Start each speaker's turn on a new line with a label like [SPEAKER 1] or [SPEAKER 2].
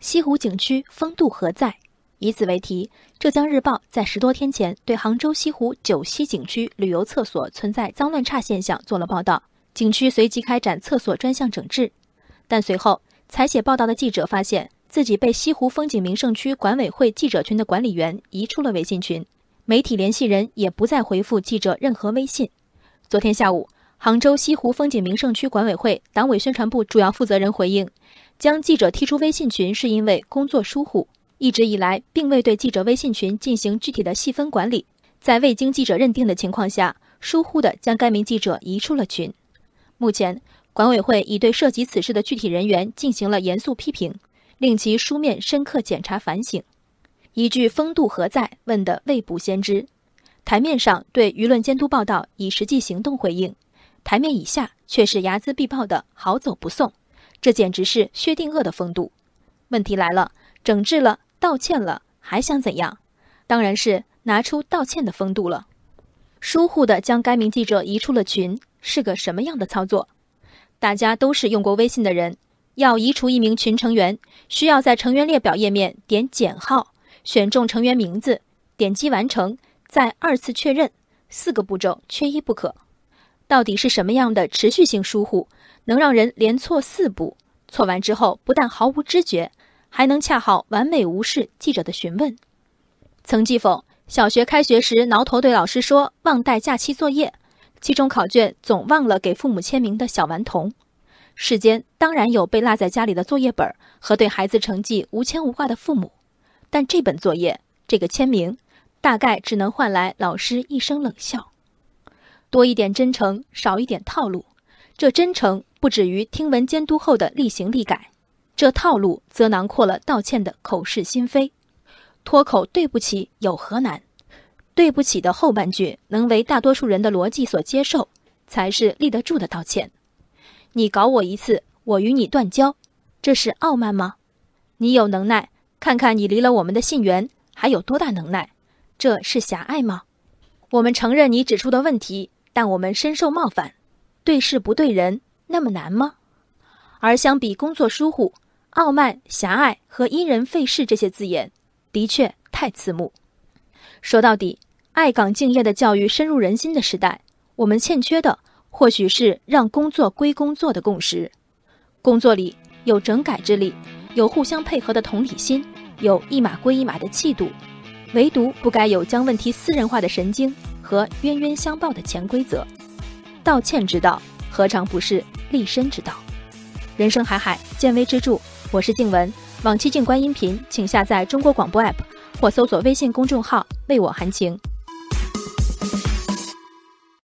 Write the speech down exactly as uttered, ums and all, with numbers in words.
[SPEAKER 1] 西湖景区风度何在？以此为题，浙江日报在十多天前对杭州西湖九溪景区旅游厕所存在脏乱差现象做了报道，景区随即开展厕所专项整治。但随后采写报道的记者发现，自己被西湖风景名胜区管委会记者群的管理员移出了微信群，媒体联系人也不再回复记者任何微信。昨天下午，杭州西湖风景名胜区管委会党委宣传部主要负责人回应，将记者踢出微信群是因为工作疏忽，一直以来并未对记者微信群进行具体的细分管理，在未经记者认定的情况下，疏忽地将该名记者移出了群。目前，管委会已对涉及此事的具体人员进行了严肃批评，令其书面深刻检查反省。一句风度何在问得未卜先知，台面上对舆论监督报道以实际行动回应，台面以下却是睚眦必报的好走不送，这简直是薛定谔的风度。问题来了，整治了，道歉了，还想怎样？当然是拿出道歉的风度了。疏忽地将该名记者移出了群，是个什么样的操作？大家都是用过微信的人，要移除一名群成员，需要在成员列表页面点减号，选中成员名字，点击完成，再二次确认，四个步骤缺一不可。到底是什么样的持续性疏忽，能让人连错四步，错完之后不但毫无知觉，还能恰好完美无视记者的询问？曾记否，小学开学时挠头对老师说忘带假期作业，期中考卷总忘了给父母签名的小顽童。世间当然有被落在家里的作业本和对孩子成绩无牵无挂的父母，但这本作业，这个签名，大概只能换来老师一声冷笑。多一点真诚，少一点套路，这真诚不止于听闻监督后的立行立改，这套路则囊括了道歉的口是心非。脱口对不起有何难？对不起的后半句能为大多数人的逻辑所接受，才是立得住的道歉。你搞我一次，我与你断交，这是傲慢吗？你有能耐，看看你离了我们的信源还有多大能耐，这是狭隘吗？我们承认你指出的问题，但我们深受冒犯，对事不对人，那么难吗？而相比工作疏忽，傲慢、狭隘和因人废事这些字眼，的确太刺目。说到底，爱岗敬业的教育深入人心的时代，我们欠缺的或许是让工作归工作的共识。工作里有整改之力，有互相配合的同理心，有一码归一码的气度，唯独不该有将问题私人化的神经和冤冤相报的潜规则。道歉之道，何尝不是立身之道？人生海海，见微知著。我是静文，往期静观音频请下载中国广播 A P P 或搜索微信公众号为我含情。